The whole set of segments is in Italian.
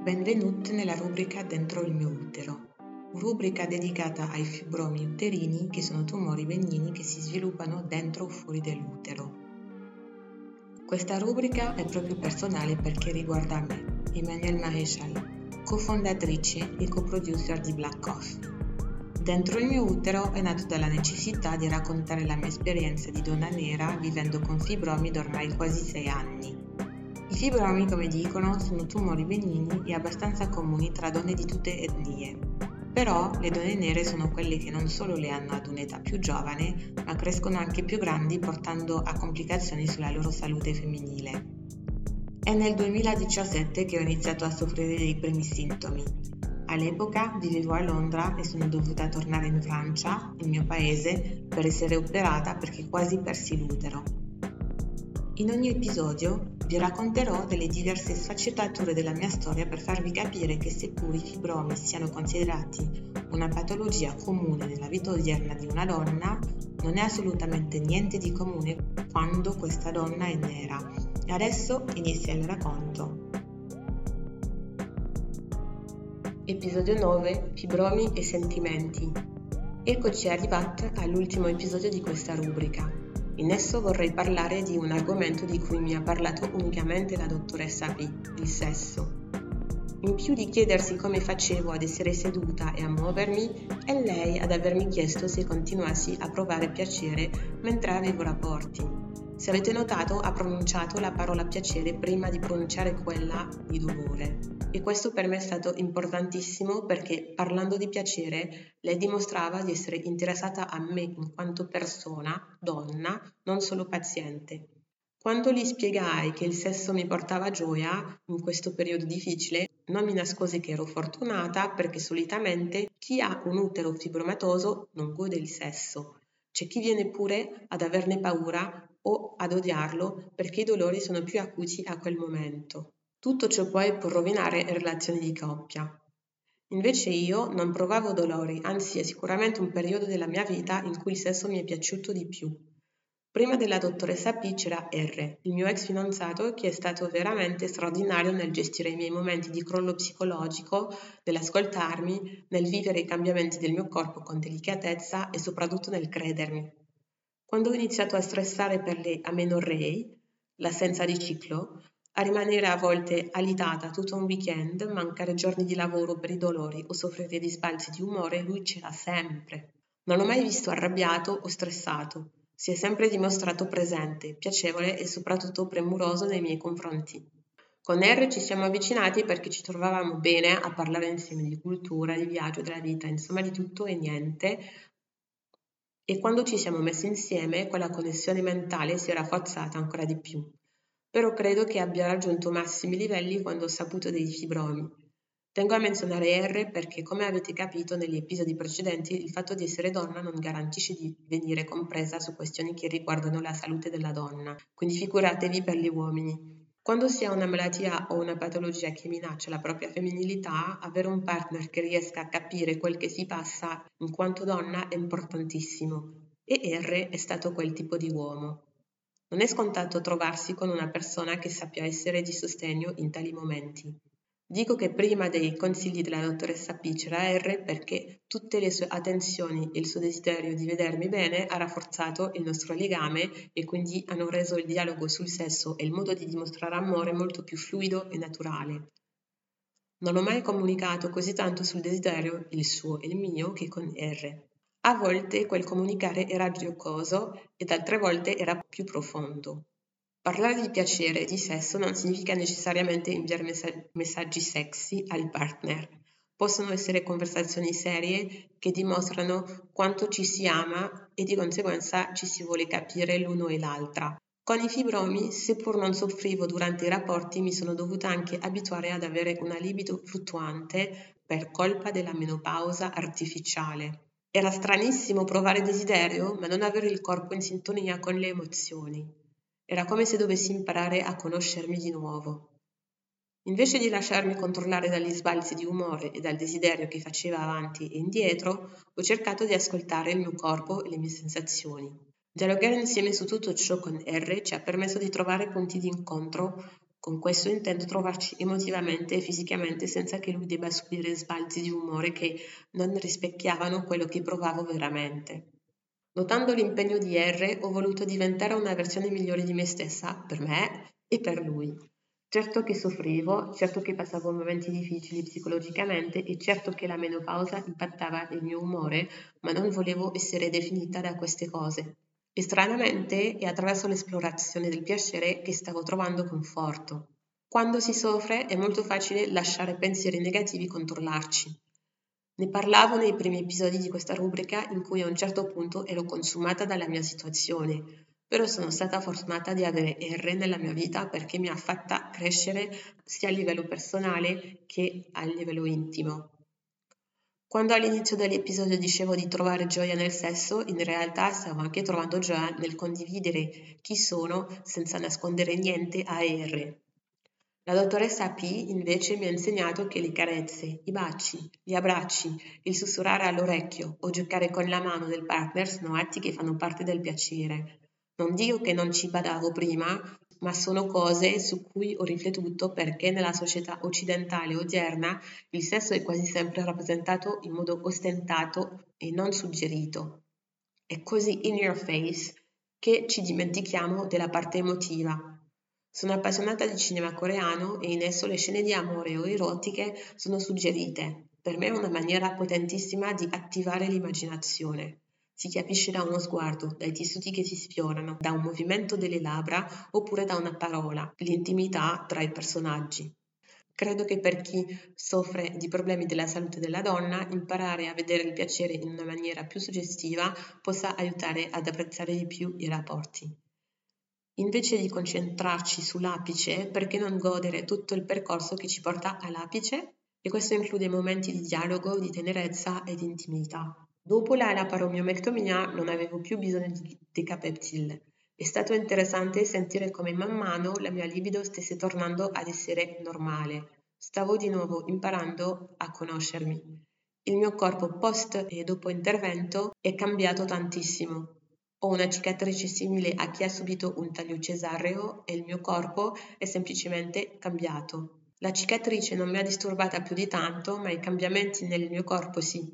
Benvenuti nella rubrica Dentro il mio utero, rubrica dedicata ai fibromi uterini che sono tumori benigni che si sviluppano dentro o fuori dell'utero. Questa rubrica è proprio personale perché riguarda me, Emmanuel Maréchal, cofondatrice e coproducer di Black Coffee. Dentro il mio utero è nato dalla necessità di raccontare la mia esperienza di donna nera vivendo con fibromi da ormai quasi 6 anni. I fibromi, come dicono, sono tumori benigni e abbastanza comuni tra donne di tutte etnie. Però le donne nere sono quelle che non solo le hanno ad un'età più giovane, ma crescono anche più grandi portando a complicazioni sulla loro salute femminile. È nel 2017 che ho iniziato a soffrire dei primi sintomi. All'epoca vivevo a Londra e sono dovuta tornare in Francia, il mio paese, per essere operata perché quasi persi l'utero. In ogni episodio vi racconterò delle diverse sfaccettature della mia storia per farvi capire che seppur i fibromi siano considerati una patologia comune nella vita odierna di una donna, non è assolutamente niente di comune quando questa donna è nera. E adesso inizia il racconto. Episodio 9. Fibromi e sentimenti. Eccoci arrivati all'ultimo episodio di questa rubrica. In esso vorrei parlare di un argomento di cui mi ha parlato unicamente la dottoressa P, il sesso. In più di chiedersi come facevo ad essere seduta e a muovermi, è lei ad avermi chiesto se continuassi a provare piacere mentre avevo rapporti. Se avete notato, ha pronunciato la parola piacere prima di pronunciare quella di dolore. E questo per me è stato importantissimo perché parlando di piacere lei dimostrava di essere interessata a me in quanto persona, donna, non solo paziente. Quando gli spiegai che il sesso mi portava gioia in questo periodo difficile, non mi nascosi che ero fortunata perché solitamente chi ha un utero fibromatoso non gode il sesso. C'è chi viene pure ad averne paura o ad odiarlo perché i dolori sono più acuti a quel momento. Tutto ciò poi può rovinare relazioni di coppia. Invece io non provavo dolori, anzi è sicuramente un periodo della mia vita in cui il sesso mi è piaciuto di più. Prima della dottoressa P c'era R, il mio ex fidanzato, che è stato veramente straordinario nel gestire i miei momenti di crollo psicologico, nell'ascoltarmi, nel vivere i cambiamenti del mio corpo con delicatezza e soprattutto nel credermi. Quando ho iniziato a stressare per le amenorrei, l'assenza di ciclo, a rimanere a volte alitata tutto un weekend, mancare giorni di lavoro per i dolori o soffrire di sbalzi di umore, lui c'era sempre. Non l'ho mai visto arrabbiato o stressato. Si è sempre dimostrato presente, piacevole e soprattutto premuroso nei miei confronti. Con R ci siamo avvicinati perché ci trovavamo bene a parlare insieme di cultura, di viaggio, della vita, insomma di tutto e niente. E quando ci siamo messi insieme, quella connessione mentale si è rafforzata ancora di più. Però credo che abbia raggiunto massimi livelli quando ho saputo dei fibromi. Tengo a menzionare R perché, come avete capito negli episodi precedenti, il fatto di essere donna non garantisce di venire compresa su questioni che riguardano la salute della donna, quindi figuratevi per gli uomini. Quando si ha una malattia o una patologia che minaccia la propria femminilità, avere un partner che riesca a capire quel che si passa in quanto donna è importantissimo. E R è stato quel tipo di uomo. Non è scontato trovarsi con una persona che sappia essere di sostegno in tali momenti. Dico che prima dei consigli della dottoressa P c'era R perché tutte le sue attenzioni e il suo desiderio di vedermi bene ha rafforzato il nostro legame e quindi hanno reso il dialogo sul sesso e il modo di dimostrare amore molto più fluido e naturale. Non ho mai comunicato così tanto sul desiderio, il suo e il mio, che con R. A volte quel comunicare era giocoso ed altre volte era più profondo. Parlare di piacere e di sesso non significa necessariamente inviare messaggi sexy al partner. Possono essere conversazioni serie che dimostrano quanto ci si ama e di conseguenza ci si vuole capire l'uno e l'altra. Con i fibromi, seppur non soffrivo durante i rapporti, mi sono dovuta anche abituare ad avere una libido fluttuante per colpa della menopausa artificiale. Era stranissimo provare desiderio, ma non avere il corpo in sintonia con le emozioni. Era come se dovessi imparare a conoscermi di nuovo. Invece di lasciarmi controllare dagli sbalzi di umore e dal desiderio che faceva avanti e indietro, ho cercato di ascoltare il mio corpo e le mie sensazioni. Dialogare insieme su tutto ciò con R ci ha permesso di trovare punti di incontro Con questo intendo trovarci emotivamente e fisicamente senza che lui debba subire sbalzi di umore che non rispecchiavano quello che provavo veramente. Notando l'impegno di R, ho voluto diventare una versione migliore di me stessa, per me e per lui. Certo che soffrivo, certo che passavo momenti difficili psicologicamente e certo che la menopausa impattava il mio umore, ma non volevo essere definita da queste cose. E stranamente è attraverso l'esplorazione del piacere che stavo trovando conforto. Quando si soffre è molto facile lasciare pensieri negativi controllarci. Ne parlavo nei primi episodi di questa rubrica in cui a un certo punto ero consumata dalla mia situazione, però sono stata fortunata di avere R nella mia vita perché mi ha fatta crescere sia a livello personale che a livello intimo. Quando all'inizio dell'episodio dicevo di trovare gioia nel sesso, in realtà stavo anche trovando gioia nel condividere chi sono senza nascondere niente a R. La dottoressa P invece mi ha insegnato che le carezze, i baci, gli abbracci, il sussurrare all'orecchio o giocare con la mano del partner sono atti che fanno parte del piacere. Non dico che non ci badavo prima, ma sono cose su cui ho riflettuto perché nella società occidentale odierna il sesso è quasi sempre rappresentato in modo ostentato e non suggerito. È così in your face che ci dimentichiamo della parte emotiva. Sono appassionata di cinema coreano e in esso le scene di amore o erotiche sono suggerite. Per me è una maniera potentissima di attivare l'immaginazione. Si capisce da uno sguardo, dai tessuti che si sfiorano, da un movimento delle labbra oppure da una parola, l'intimità tra i personaggi. Credo che per chi soffre di problemi della salute della donna, imparare a vedere il piacere in una maniera più suggestiva possa aiutare ad apprezzare di più i rapporti. Invece di concentrarci sull'apice, perché non godere tutto il percorso che ci porta all'apice? E questo include momenti di dialogo, di tenerezza e di intimità. Dopo la laparomiomettomia non avevo più bisogno di Decapeptyl. È stato interessante sentire come man mano la mia libido stesse tornando ad essere normale. Stavo di nuovo imparando a conoscermi. Il mio corpo post e dopo intervento è cambiato tantissimo. Ho una cicatrice simile a chi ha subito un taglio cesareo e il mio corpo è semplicemente cambiato. La cicatrice non mi ha disturbata più di tanto, ma i cambiamenti nel mio corpo sì.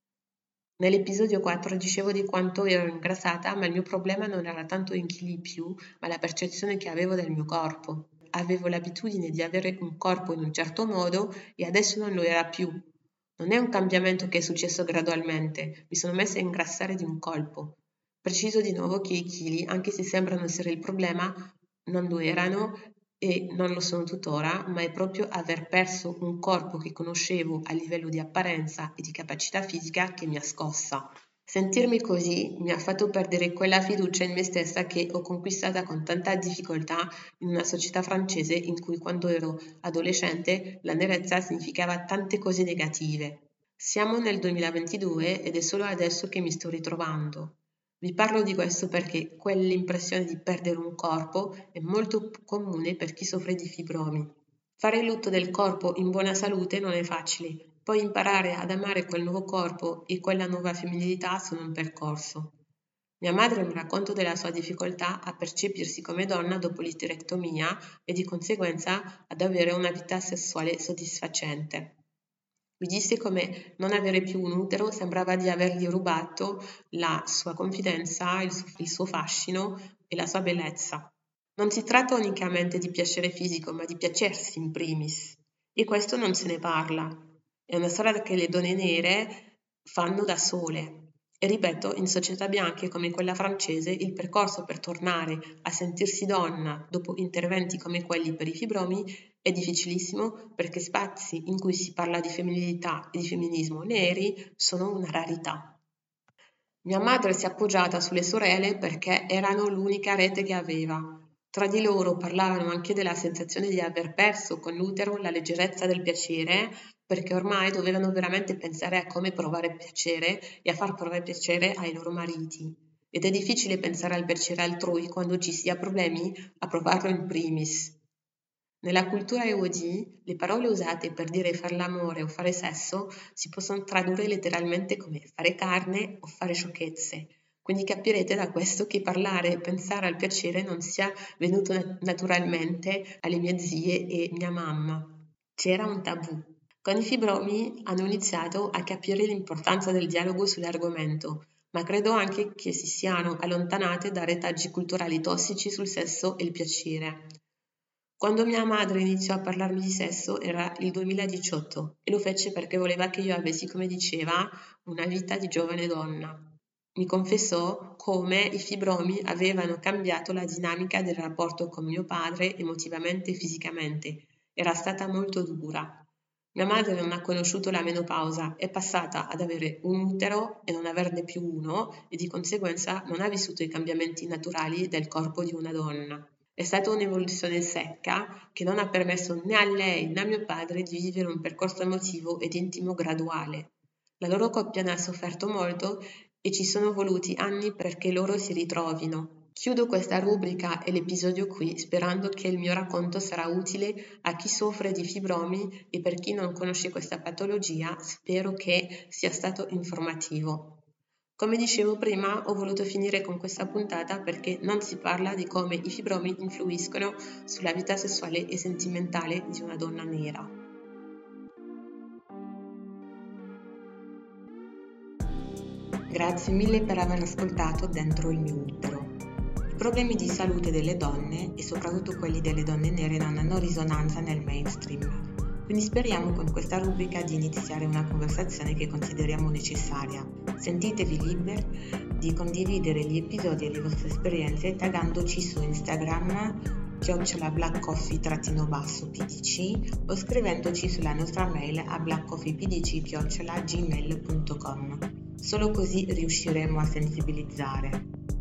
Nell'episodio 4 dicevo di quanto ero ingrassata, ma il mio problema non era tanto in chili più, ma la percezione che avevo del mio corpo. Avevo l'abitudine di avere un corpo in un certo modo e adesso non lo era più. Non è un cambiamento che è successo gradualmente, mi sono messa a ingrassare di un colpo. Preciso di nuovo che i chili, anche se sembrano essere il problema, non lo erano e non lo sono tuttora, ma è proprio aver perso un corpo che conoscevo a livello di apparenza e di capacità fisica che mi ha scossa. Sentirmi così mi ha fatto perdere quella fiducia in me stessa che ho conquistata con tanta difficoltà in una società francese in cui quando ero adolescente la nerezza significava tante cose negative. Siamo nel 2022 ed è solo adesso che mi sto ritrovando. Vi parlo di questo perché quell'impressione di perdere un corpo è molto comune per chi soffre di fibromi. Fare il lutto del corpo in buona salute non è facile, poi imparare ad amare quel nuovo corpo e quella nuova femminilità sono un percorso. Mia madre mi racconta della sua difficoltà a percepirsi come donna dopo l'isterectomia e di conseguenza ad avere una vita sessuale soddisfacente. Mi disse come non avere più un utero sembrava di avergli rubato la sua confidenza, il suo fascino e la sua bellezza. Non si tratta unicamente di piacere fisico, ma di piacersi in primis. E questo non se ne parla. È una storia che le donne nere fanno da sole. E ripeto, in società bianche come quella francese, il percorso per tornare a sentirsi donna dopo interventi come quelli per i fibromi è difficilissimo perché spazi in cui si parla di femminilità e di femminismo neri sono una rarità. Mia madre si è appoggiata sulle sorelle perché erano l'unica rete che aveva. Tra di loro parlavano anche della sensazione di aver perso con l'utero la leggerezza del piacere, perché ormai dovevano veramente pensare a come provare piacere e a far provare piacere ai loro mariti. Ed è difficile pensare al piacere altrui quando ci si ha problemi a provarlo in primis. Nella cultura Eodi, le parole usate per dire fare l'amore o fare sesso si possono tradurre letteralmente come fare carne o fare sciocchezze. Quindi capirete da questo che parlare e pensare al piacere non sia venuto naturalmente alle mie zie e mia mamma. C'era un tabù. Con i fibromi hanno iniziato a capire l'importanza del dialogo sull'argomento, ma credo anche che si siano allontanate da retaggi culturali tossici sul sesso e il piacere. Quando mia madre iniziò a parlarmi di sesso era il 2018 e lo fece perché voleva che io avessi, come diceva, una vita di giovane donna. Mi confessò come i fibromi avevano cambiato la dinamica del rapporto con mio padre emotivamente e fisicamente. Era stata molto dura. Mia madre non ha conosciuto la menopausa, è passata ad avere un utero e non averne più uno e di conseguenza non ha vissuto i cambiamenti naturali del corpo di una donna. È stata un'evoluzione secca che non ha permesso né a lei né a mio padre di vivere un percorso emotivo ed intimo graduale. La loro coppia ne ha sofferto molto e ci sono voluti anni perché loro si ritrovino. Chiudo questa rubrica e l'episodio qui sperando che il mio racconto sarà utile a chi soffre di fibromi e per chi non conosce questa patologia spero che sia stato informativo. Come dicevo prima, ho voluto finire con questa puntata perché non si parla di come i fibromi influiscono sulla vita sessuale e sentimentale di una donna nera. Grazie mille per aver ascoltato Dentro il mio utero. I problemi di salute delle donne e soprattutto quelli delle donne nere non hanno risonanza nel mainstream, quindi speriamo con questa rubrica di iniziare una conversazione che consideriamo necessaria. Sentitevi liberi di condividere gli episodi e le vostre esperienze taggandoci su Instagram @blackcoffee_pdc o scrivendoci sulla nostra mail a blackcoffeepdc@gmail.com. Solo così riusciremo a sensibilizzare.